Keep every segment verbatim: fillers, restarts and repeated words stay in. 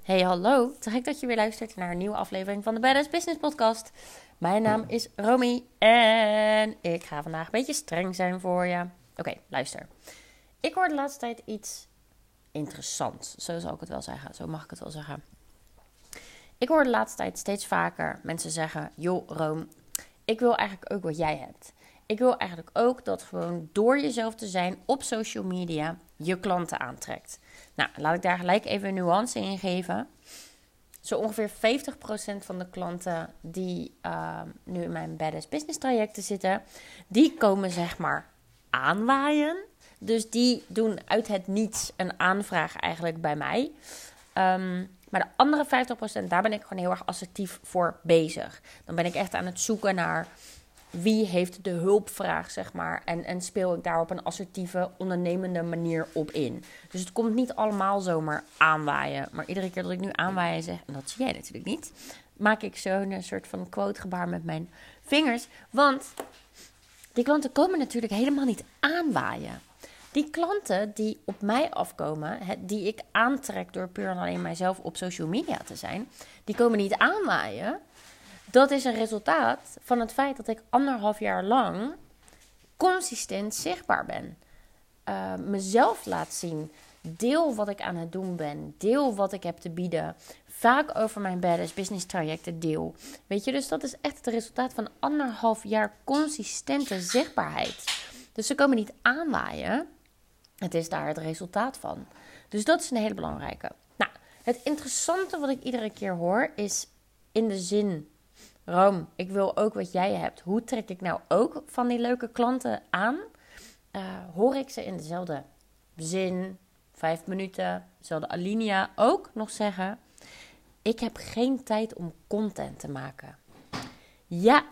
Hey, hallo. Te gek dat je weer luistert naar een nieuwe aflevering van de Badass Business Podcast. Mijn naam is Romy en ik ga vandaag een beetje streng zijn voor je. Oké, okay, luister. Ik hoor de laatste tijd iets interessants. Zo zal ik het wel zeggen. Zo mag ik het wel zeggen. Ik hoor de laatste tijd steeds vaker mensen zeggen: joh, Rome, ik wil eigenlijk ook wat jij hebt. Ik wil eigenlijk ook dat gewoon door jezelf te zijn op social media je klanten aantrekt. Nou, laat ik daar gelijk even een nuance in geven. Zo ongeveer vijftig procent van de klanten die uh, nu in mijn Badass Business trajecten zitten, die komen zeg maar aanwaaien. Dus die doen uit het niets een aanvraag eigenlijk bij mij. Um, maar de andere vijftig procent, daar ben ik gewoon heel erg assertief voor bezig. Dan ben ik echt aan het zoeken naar wie heeft de hulpvraag, zeg maar. En, en speel ik daar op een assertieve, ondernemende manier op in. Dus het komt niet allemaal zomaar aanwaaien. Maar iedere keer dat ik nu aanwaaien zeg, en dat zie jij natuurlijk niet, maak ik zo'n soort van quote gebaar met mijn vingers. Want die klanten komen natuurlijk helemaal niet aanwaaien. Die klanten die op mij afkomen, die ik aantrek door puur en alleen mijzelf op social media te zijn, die komen niet aanwaaien. Dat is een resultaat van het feit dat ik anderhalf jaar lang consistent zichtbaar ben. Uh, mezelf laat zien. Deel wat ik aan het doen ben. Deel wat ik heb te bieden. Vaak over mijn Badass Business trajecten deel. Weet je, dus dat is echt het resultaat van anderhalf jaar consistente zichtbaarheid. Dus ze komen niet aanwaaien. Het is daar het resultaat van. Dus dat is een hele belangrijke. Nou, het interessante wat ik iedere keer hoor is in de zin: Rome, ik wil ook wat jij hebt. Hoe trek ik nou ook van die leuke klanten aan? Uh, hoor ik ze in dezelfde zin, vijf minuten, dezelfde alinea ook nog zeggen: ik heb geen tijd om content te maken. Ja,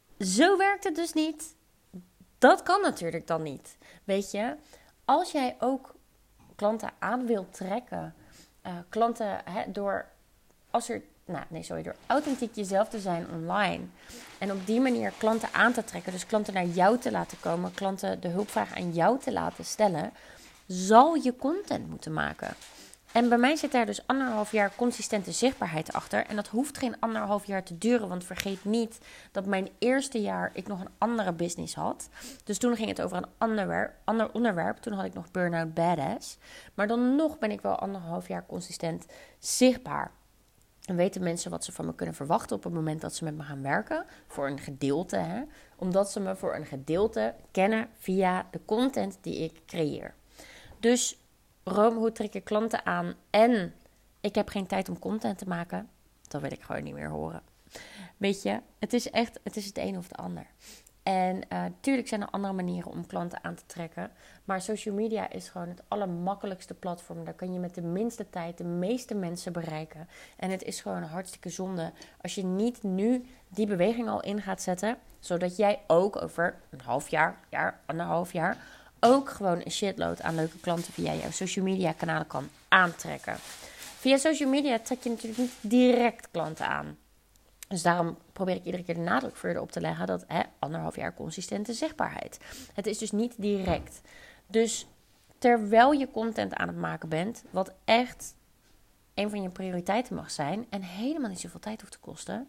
zo werkt het dus niet. Dat kan natuurlijk dan niet. Weet je, als jij ook klanten aan wilt trekken, uh, klanten hè, door als er Nou, nee, sorry, door authentiek jezelf te zijn online. En op die manier klanten aan te trekken. Dus klanten naar jou te laten komen. Klanten de hulpvraag aan jou te laten stellen. Zal je content moeten maken. En bij mij zit daar dus anderhalf jaar consistente zichtbaarheid achter. En dat hoeft geen anderhalf jaar te duren. Want vergeet niet dat mijn eerste jaar ik nog een andere business had. Dus toen ging het over een ander, ander onderwerp. Toen had ik nog Burnout Badass. Maar dan nog ben ik wel anderhalf jaar consistent zichtbaar. En weten mensen wat ze van me kunnen verwachten op het moment dat ze met me gaan werken. Voor een gedeelte, hè. Omdat ze me voor een gedeelte kennen via de content die ik creëer. Dus, Rome, hoe trek ik klanten aan? En ik heb geen tijd om content te maken. Dat wil ik gewoon niet meer horen. Weet je, het is echt, het is het een of het ander. En natuurlijk uh, zijn er andere manieren om klanten aan te trekken. Maar social media is gewoon het allermakkelijkste platform. Daar kan je met de minste tijd de meeste mensen bereiken. En het is gewoon hartstikke zonde als je niet nu die beweging al in gaat zetten. Zodat jij ook over een half jaar, jaar, anderhalf jaar, ook gewoon een shitload aan leuke klanten via jouw social media kanalen kan aantrekken. Via social media trek je natuurlijk niet direct klanten aan. Dus daarom probeer ik iedere keer de nadruk verder op te leggen dat hè, anderhalf jaar consistente zichtbaarheid. Het is dus niet direct. Dus terwijl je content aan het maken bent, wat echt een van je prioriteiten mag zijn en helemaal niet zoveel tijd hoeft te kosten,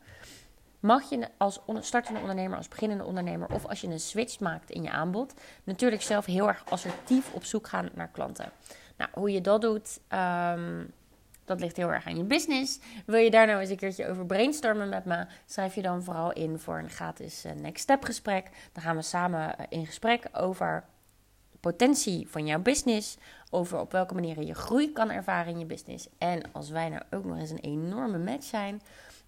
mag je als startende ondernemer, als beginnende ondernemer of als je een switch maakt in je aanbod, natuurlijk zelf heel erg assertief op zoek gaan naar klanten. Nou, hoe je dat doet, Um, dat ligt heel erg aan je business. Wil je daar nou eens een keertje over brainstormen met me? Schrijf je dan vooral in voor een gratis next step gesprek. Dan gaan we samen in gesprek over potentie van jouw business. Over op welke manier je groei kan ervaren in je business. En als wij nou ook nog eens een enorme match zijn.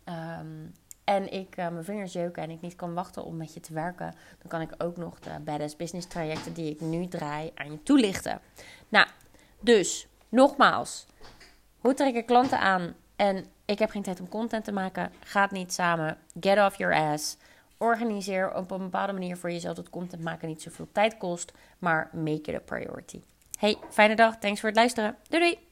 Um, en ik uh, mijn vingers jeuken en ik niet kan wachten om met je te werken. Dan kan ik ook nog de Badass Business trajecten die ik nu draai aan je toelichten. Nou, dus nogmaals. Hoe trek ik klanten aan en ik heb geen tijd om content te maken? Gaat niet samen. Get off your ass. Organiseer op een bepaalde manier voor jezelf dat content maken niet zoveel tijd kost. Maar make it a priority. Hey, fijne dag. Thanks voor het luisteren. Doei doei.